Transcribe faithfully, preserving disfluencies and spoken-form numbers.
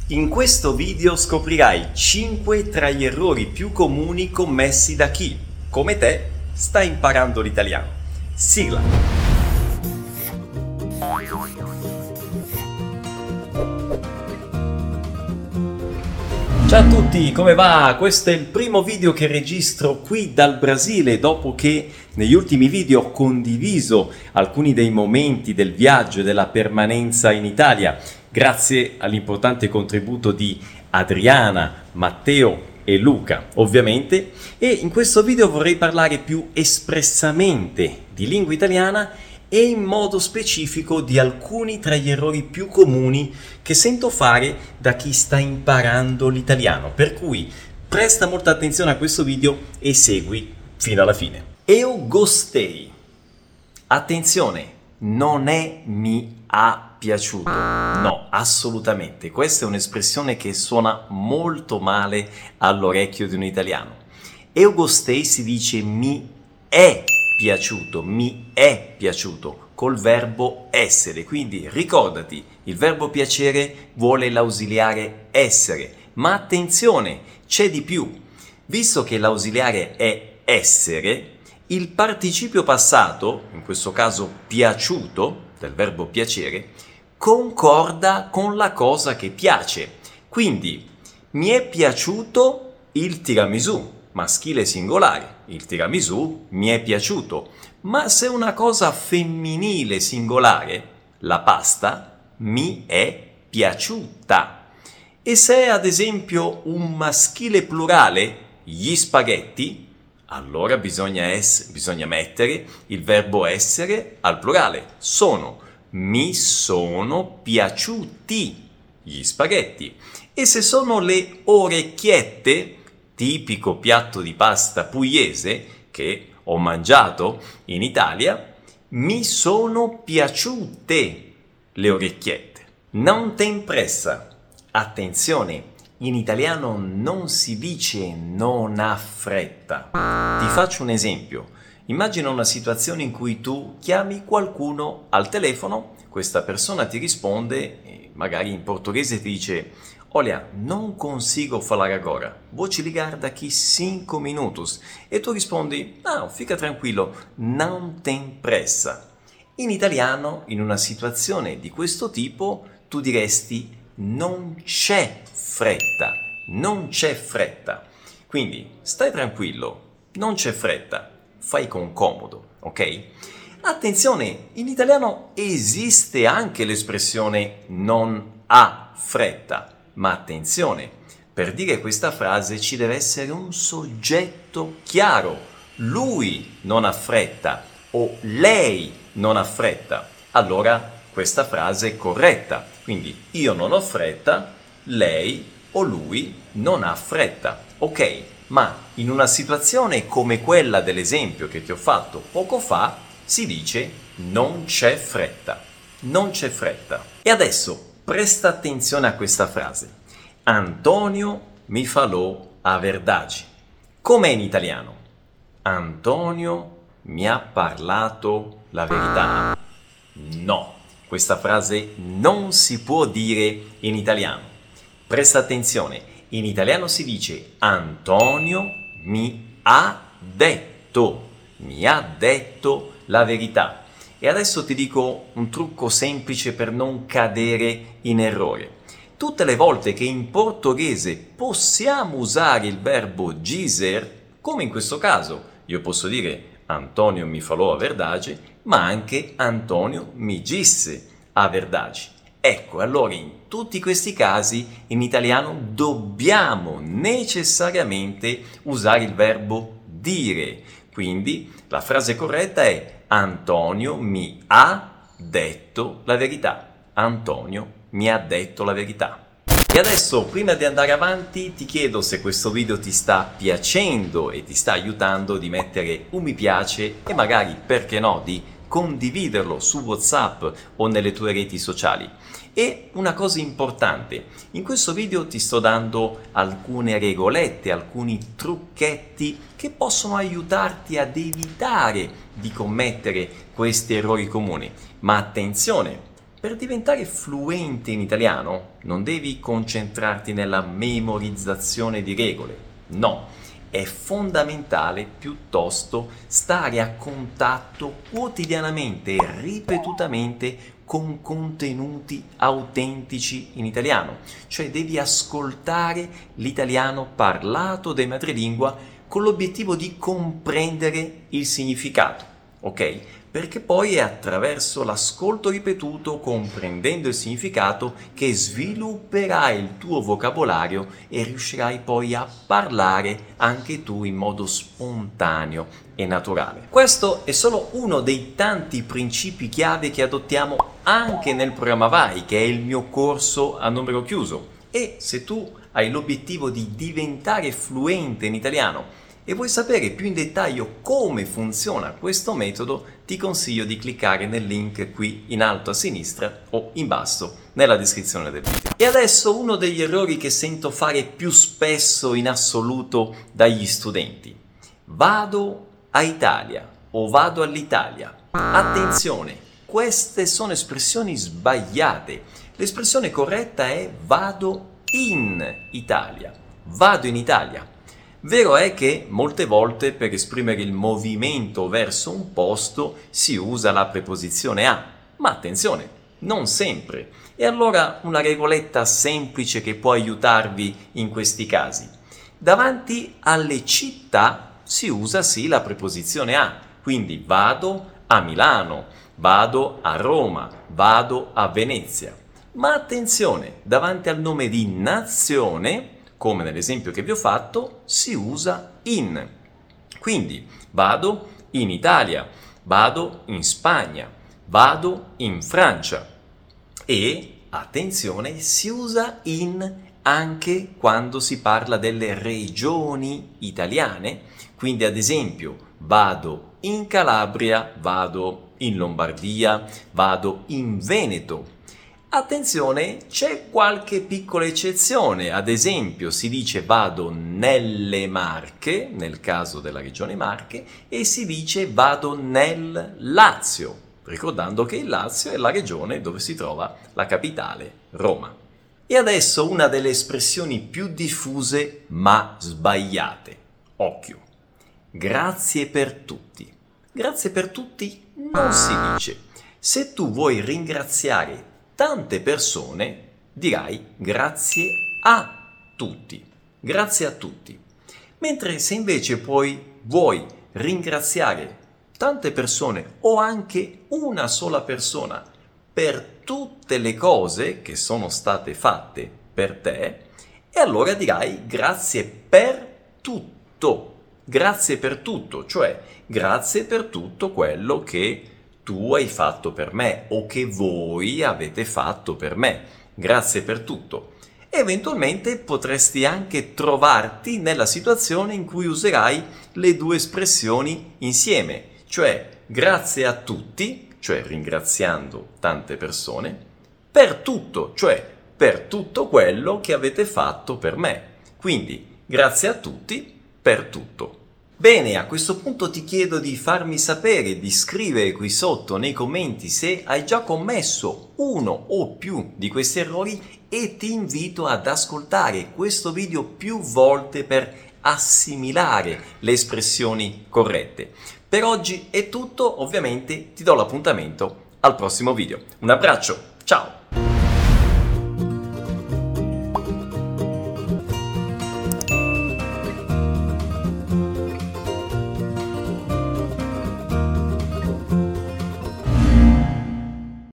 In questo video scoprirai cinque tra gli errori più comuni commessi da chi, come te, sta imparando l'italiano. Sigla! Ciao a tutti, come va? Questo è il primo video che registro qui dal Brasile dopo che negli ultimi video ho condiviso alcuni dei momenti del viaggio e della permanenza in Italia, grazie all'importante contributo di Adriana, Matteo e Luca, ovviamente, e in questo video vorrei parlare più espressamente di lingua italiana e in modo specifico di alcuni tra gli errori più comuni che sento fare da chi sta imparando l'italiano, per cui presta molta attenzione a questo video e segui fino alla fine. Eu gostei. Attenzione, non è mi ha piaciuto, no, assolutamente. Questa è un'espressione che suona molto male all'orecchio di un italiano. Eu gostei si dice mi è piaciuto, mi è piaciuto, col verbo essere. Quindi ricordati, il verbo piacere vuole l'ausiliare essere, ma attenzione, c'è di più. Visto che l'ausiliare è essere, il participio passato, in questo caso piaciuto, del verbo piacere, concorda con la cosa che piace. Quindi, mi è piaciuto il tiramisù, maschile singolare. Il tiramisù mi è piaciuto. Ma se una cosa femminile singolare, la pasta, mi è piaciuta. E se è ad esempio un maschile plurale, gli spaghetti, allora bisogna, ess- bisogna mettere il verbo essere al plurale. Sono, mi sono piaciuti gli spaghetti. E se sono le orecchiette, tipico piatto di pasta pugliese che ho mangiato in Italia, mi sono piaciute le orecchiette. Non ten pressa. Attenzione, in italiano non si dice non ha fretta. Ti faccio un esempio. Immagina una situazione in cui tu chiami qualcuno al telefono, questa persona ti risponde, e magari in portoghese ti dice: Olha, non consigo falar agora, vou te ligar daqui cinco minutos. E tu rispondi: no, fica tranquillo, non ten pressa. In italiano, in una situazione di questo tipo, tu diresti: non c'è fretta, non c'è fretta. Quindi stai tranquillo, non c'è fretta, fai con comodo, ok? Attenzione, in italiano esiste anche l'espressione non ha fretta, ma attenzione, per dire questa frase ci deve essere un soggetto chiaro. Lui non ha fretta o lei non ha fretta. Allora questa frase è corretta. Quindi io non ho fretta, lei o lui non ha fretta. Ok, ma in una situazione come quella dell'esempio che ti ho fatto poco fa, si dice non c'è fretta. Non c'è fretta. E adesso presta attenzione a questa frase. Antonio mi falou a verdade. Com'è in italiano? Antonio mi ha parlato la verità? No. Questa frase non si può dire in italiano. Presta attenzione, in italiano si dice Antonio mi ha detto, mi ha detto la verità. E adesso ti dico un trucco semplice per non cadere in errore. Tutte le volte che in portoghese possiamo usare il verbo dizer, come in questo caso, io posso dire Antonio mi falou a verdade, ma anche Antonio mi disse a verdade. Ecco, allora in tutti questi casi in italiano dobbiamo necessariamente usare il verbo dire. Quindi la frase corretta è Antonio mi ha detto la verità. Antonio mi ha detto la verità. E adesso, prima di andare avanti, ti chiedo se questo video ti sta piacendo e ti sta aiutando di mettere un mi piace e magari, perché no, di condividerlo su WhatsApp o nelle tue reti sociali. E una cosa importante, in questo video ti sto dando alcune regolette, alcuni trucchetti che possono aiutarti ad evitare di commettere questi errori comuni. Ma attenzione, Per diventare fluente in italiano non devi concentrarti nella memorizzazione di regole, no, è fondamentale piuttosto stare a contatto quotidianamente e ripetutamente con contenuti autentici in italiano, cioè devi ascoltare l'italiano parlato dai madrelingua con l'obiettivo di comprendere il significato, ok? Perché poi è attraverso l'ascolto ripetuto, comprendendo il significato, che svilupperai il tuo vocabolario e riuscirai poi a parlare anche tu in modo spontaneo e naturale. Questo è solo uno dei tanti principi chiave che adottiamo anche nel programma Vai, che è il mio corso a numero chiuso. E se tu hai l'obiettivo di diventare fluente in italiano e vuoi sapere più in dettaglio come funziona questo metodo, ti consiglio di cliccare nel link qui in alto a sinistra o in basso nella descrizione del video. E adesso uno degli errori che sento fare più spesso in assoluto dagli studenti. Vado a Italia o vado all'Italia. Attenzione, queste sono espressioni sbagliate. L'espressione corretta è vado in Italia. Vado in Italia. Vero è che molte volte per esprimere il movimento verso un posto si usa la preposizione a, ma attenzione, non sempre. E allora una regoletta semplice che può aiutarvi in questi casi. Davanti alle città si usa sì la preposizione a, quindi vado a Milano, vado a Roma, vado a Venezia. Ma attenzione, davanti al nome di nazione, come nell'esempio che vi ho fatto, si usa in. Quindi vado in Italia, vado in Spagna, vado in Francia. E, attenzione, si usa in anche quando si parla delle regioni italiane. Quindi ad esempio vado in Calabria, vado in Lombardia, vado in Veneto. Attenzione, c'è qualche piccola eccezione, ad esempio si dice vado nelle Marche, nel caso della regione Marche, e si dice vado nel Lazio, ricordando che il Lazio è la regione dove si trova la capitale, Roma. E adesso una delle espressioni più diffuse ma sbagliate. Occhio, grazie per tutti. Grazie per tutti non si dice. Se tu vuoi ringraziare tante persone, dirai grazie a tutti, grazie a tutti. Mentre se invece poi vuoi ringraziare tante persone o anche una sola persona per tutte le cose che sono state fatte per te, e allora dirai grazie per tutto, grazie per tutto, cioè grazie per tutto quello che tu hai fatto per me o che voi avete fatto per me. Grazie per tutto. Eventualmente potresti anche trovarti nella situazione in cui userai le due espressioni insieme, cioè grazie a tutti, cioè ringraziando tante persone, per tutto, cioè per tutto quello che avete fatto per me. Quindi grazie a tutti per tutto. Bene, a questo punto ti chiedo di farmi sapere, di scrivere qui sotto nei commenti se hai già commesso uno o più di questi errori e ti invito ad ascoltare questo video più volte per assimilare le espressioni corrette. Per oggi è tutto, ovviamente ti do l'appuntamento al prossimo video. Un abbraccio, ciao!